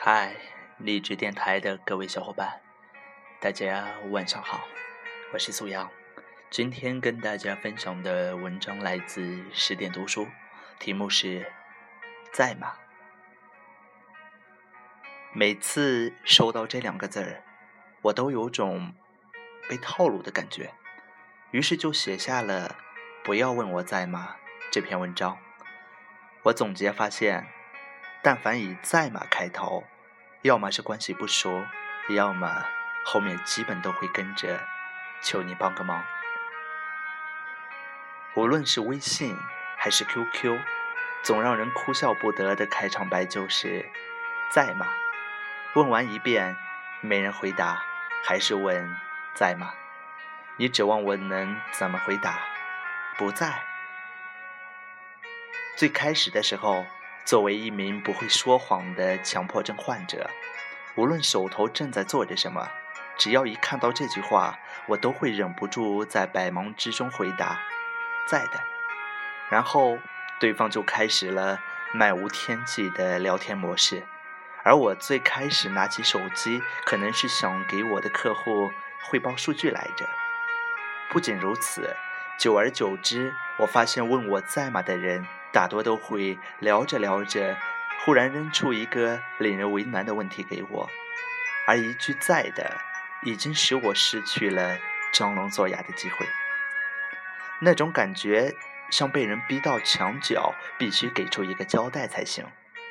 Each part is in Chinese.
嗨，励志电台的各位小伙伴，大家晚上好，我是苏阳。今天跟大家分享的文章来自十点读书，题目是在吗？每次收到这两个字儿，我都有种被套路的感觉，于是就写下了不要问我在吗这篇文章。我总结发现，但凡以在吗开头，要么是关系不熟，要么后面基本都会跟着求你帮个忙。无论是微信还是 QQ， 总让人哭笑不得的开场白就是在吗？问完一遍没人回答，还是问在吗？你指望我能怎么回答？不在。最开始的时候，作为一名不会说谎的强迫症患者，无论手头正在做着什么，只要一看到这句话，我都会忍不住在百忙之中回答在的，然后对方就开始了漫无天际的聊天模式，而我最开始拿起手机，可能是想给我的客户汇报数据来着。不仅如此，久而久之，我发现问我在吗的人大多都会聊着聊着，忽然扔出一个令人为难的问题给我，而一句在的已经使我失去了装聋作哑的机会。那种感觉像被人逼到墙角，必须给出一个交代才行。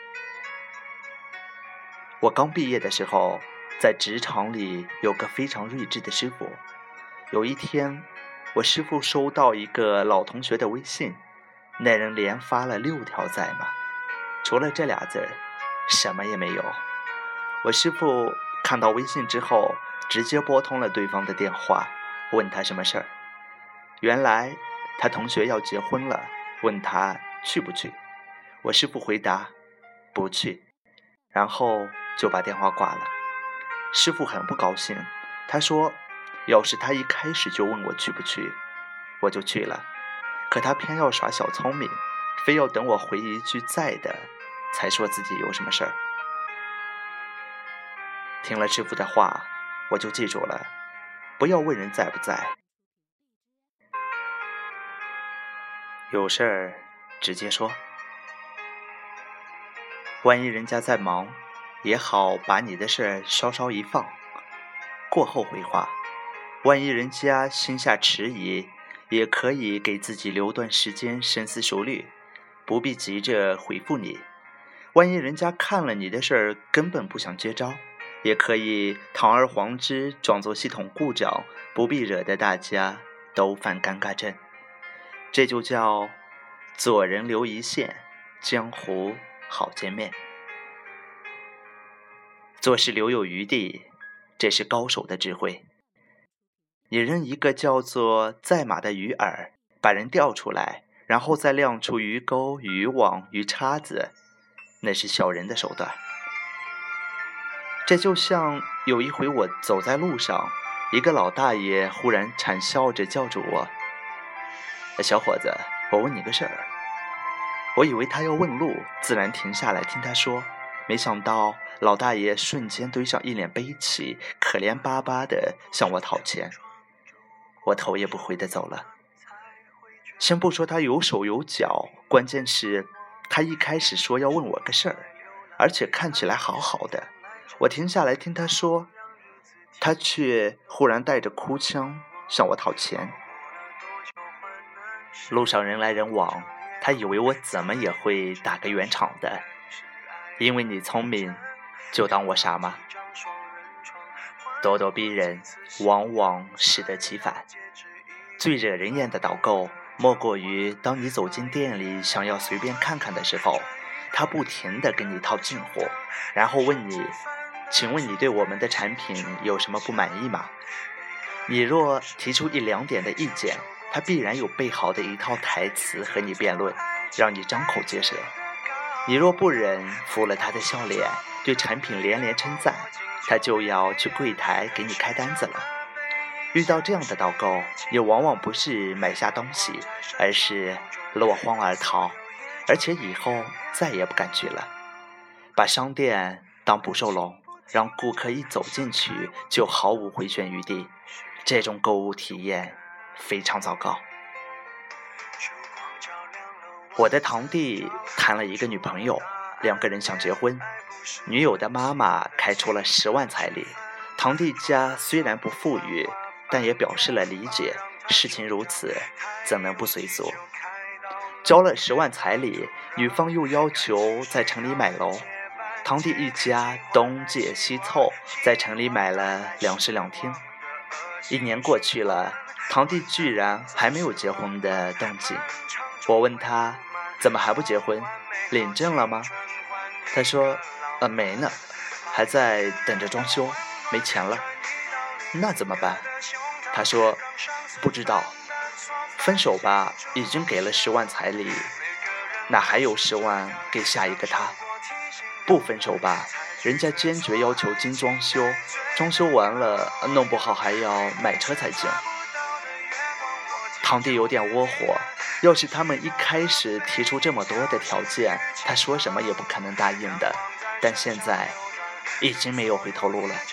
我刚毕业的时候，在职场里有个非常睿智的师傅。有一天，我师傅收到一个老同学的微信，那人连发了6条在吗？除了这俩字儿，什么也没有。我师傅看到微信之后，直接拨通了对方的电话，问他什么事儿。原来他同学要结婚了，问他去不去。我师傅回答不去，然后就把电话挂了。师傅很不高兴，他说要是他一开始就问我去不去，我就去了，可他偏要耍小聪明，非要等我回一句在的，才说自己有什么事儿。听了师傅的话，我就记住了，不要问人在不在，有事儿直接说。万一人家在忙，也好把你的事儿稍稍一放，过后回话。万一人家心下迟疑，也可以给自己留段时间深思熟虑，不必急着回复你。万一人家看了你的事儿根本不想接招，也可以堂而皇之装作系统故障，不必惹得大家都犯尴尬症。这就叫做人留一线，江湖好见面。做事留有余地，这是高手的智慧。你扔一个叫做在吗的鱼饵，把人钓出来，然后再亮出鱼钩、渔网、鱼叉子，那是小人的手段。这就像有一回我走在路上，一个老大爷忽然惨笑着叫住我，小伙子，我问你个事儿。我以为他要问路，自然停下来听他说，没想到老大爷瞬间堆上一脸悲戚，可怜巴巴的向我讨钱。我头也不回的走了。先不说他有手有脚，关键是他一开始说要问我个事儿，而且看起来好好的。我停下来听他说，他却忽然带着哭腔向我讨钱。路上人来人往，他以为我怎么也会打个圆场的。因为你聪明，就当我傻吗？咄咄逼人，往往适得其反。最惹人厌的导购，莫过于当你走进店里想要随便看看的时候，他不停地跟你套近乎，然后问你，请问你对我们的产品有什么不满意吗？你若提出1-2点的意见，他必然有备好的一套台词和你辩论，让你张口结舌。你若不忍服了他的笑脸，对产品连连称赞，他就要去柜台给你开单子了。遇到这样的导购，你往往不是买下东西，而是落荒而逃，而且以后再也不敢去了。把商店当捕兽笼，让顾客一走进去就毫无回旋余地，这种购物体验非常糟糕。我的堂弟谈了一个女朋友，2个人想结婚，女友的妈妈开出了10万彩礼，堂弟家虽然不富裕，但也表示了理解，事情如此，怎能不随俗？交了10万彩礼，女方又要求在城里买楼，堂弟一家东借西凑，在城里买了2室2厅。1年过去了，堂弟居然还没有结婚的动静。我问他怎么还不结婚，领证了吗？他说没呢，还在等着装修，没钱了。那怎么办？他说不知道，分手吧，已经给了10万彩礼，哪还有10万给下一个他？不分手吧，人家坚决要求精装修，装修完了弄不好还要买车才行。堂弟有点窝火，要是他们一开始提出这么多的条件，他说什么也不可能答应的，但现在已经没有回头路了。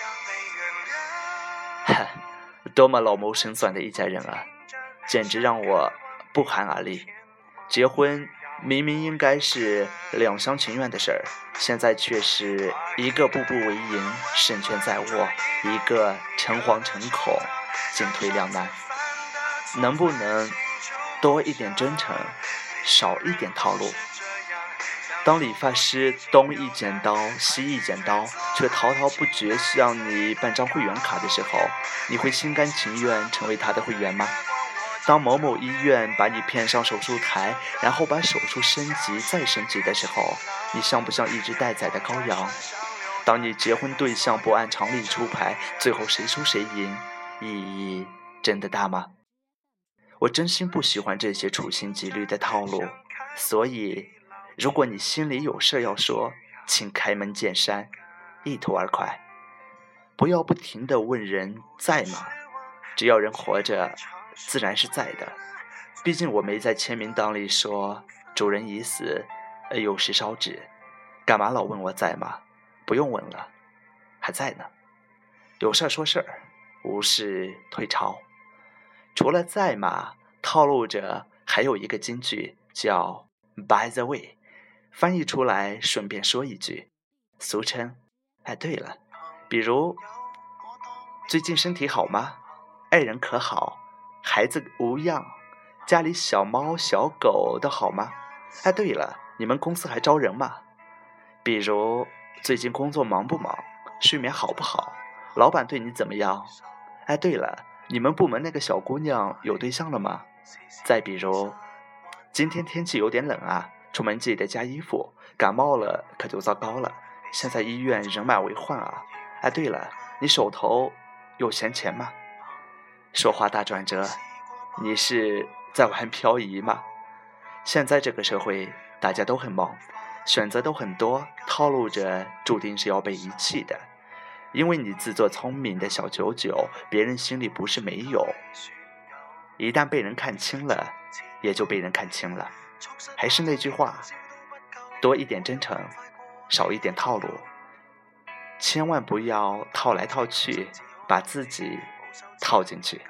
多么老谋深算的一家人啊，简直让我不寒而栗。结婚明明应该是两厢情愿的事儿，现在却是一个步步为营，胜券在握，一个诚惶诚恐，进退两难。能不能多一点真诚，少一点套路？当理发师东一剪刀西一剪刀，却滔滔不绝向你办张会员卡的时候，你会心甘情愿成为他的会员吗？当某某医院把你骗上手术台，然后把手术升级再升级的时候，你像不像一只待宰的羔羊？当你结婚对象不按常理出牌，最后谁输谁赢，意义真的大吗？我真心不喜欢这些处心积虑的套路，所以如果你心里有事要说，请开门见山，一吐而快，不要不停地问人在吗？只要人活着，自然是在的。毕竟我没在签名档里说主人已死，有时烧纸，干嘛老问我在吗？不用问了，还在呢。有事说事儿，无事退潮。除了在吗，套路着还有一个金句叫 by the way， 翻译出来顺便说一句，俗称对了，比如最近身体好吗？爱人可好？孩子无恙？家里小猫小狗都好吗？对了，你们公司还招人吗？比如最近工作忙不忙？睡眠好不好？老板对你怎么样？对了，你们部门那个小姑娘有对象了吗？再比如今天天气有点冷啊，出门记得加衣服，感冒了可就糟糕了，现在医院人满为患啊。对了，你手头有闲钱吗？说话大转折，你是在玩漂移吗？现在这个社会大家都很忙，选择都很多，套路着注定是要被遗弃的。因为你自作聪明的小九九，别人心里不是没有，一旦被人看清了，也就被人看清了。还是那句话，多一点真诚，少一点套路，千万不要套来套去，把自己套进去。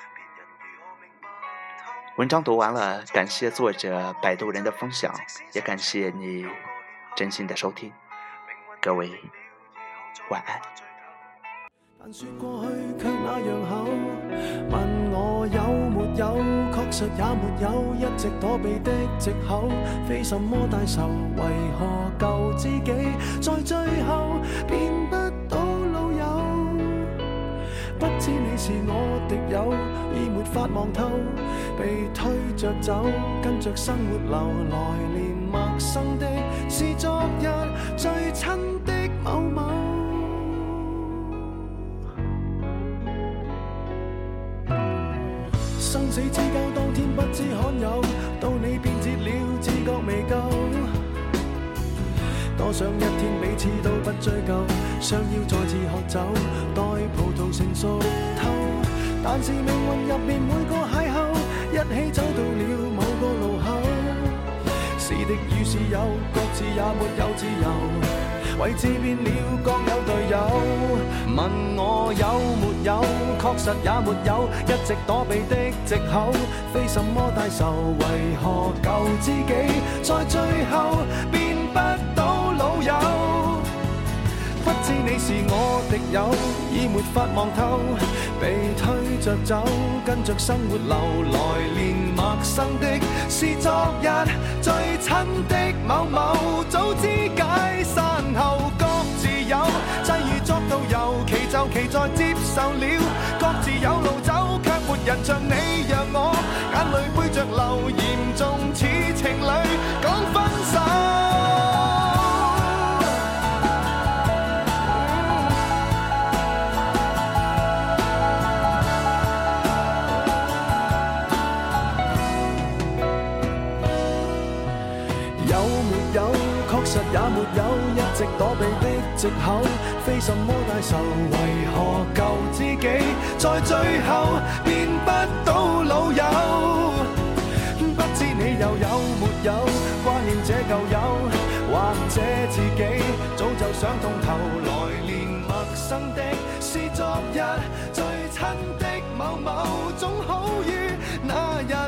文章读完了，感谢作者摆渡人的分享，也感谢你真心的收听。各位晚安。 但說過去卻那樣厚，問我有沒有，確實也沒有，一直躲避的藉口，非什麼大仇，為何舊知己在最後變不到老友？不知你是我敵友，已沒法望透，被推着走，跟着生活流，來年陌生的是昨日最親的某某。生死之交當天不知罕有，到你變節了自覺未夠，多想一天彼此都不追究，想要再次喝酒，待葡萄成熟透。但是命運入面每個邂逅，一起走到了某個路口，是敵與是友，各自也沒有自由， 位置變了，各有隊友。問我有沒有，確實也沒有，一直躲避的藉口，非什麼大仇，為何舊知己在最後變不到老友？不知你是我敵友，已沒法望透，被推着走，跟着生活流來，連陌生的是昨日最親的某某，早知解散後各自有，際遇作到尤其就其在接受了，各自有路走，卻沒人像你讓我眼淚背着流，嚴重似情侶講分手。確實也沒有，一直躲避的藉口，非什麼大仇，為何舊知己在最後變不到老友？不知你又有沒有掛念這舊友，或者自己早就想通透來，連陌生的是昨日最親的某某，總好於那日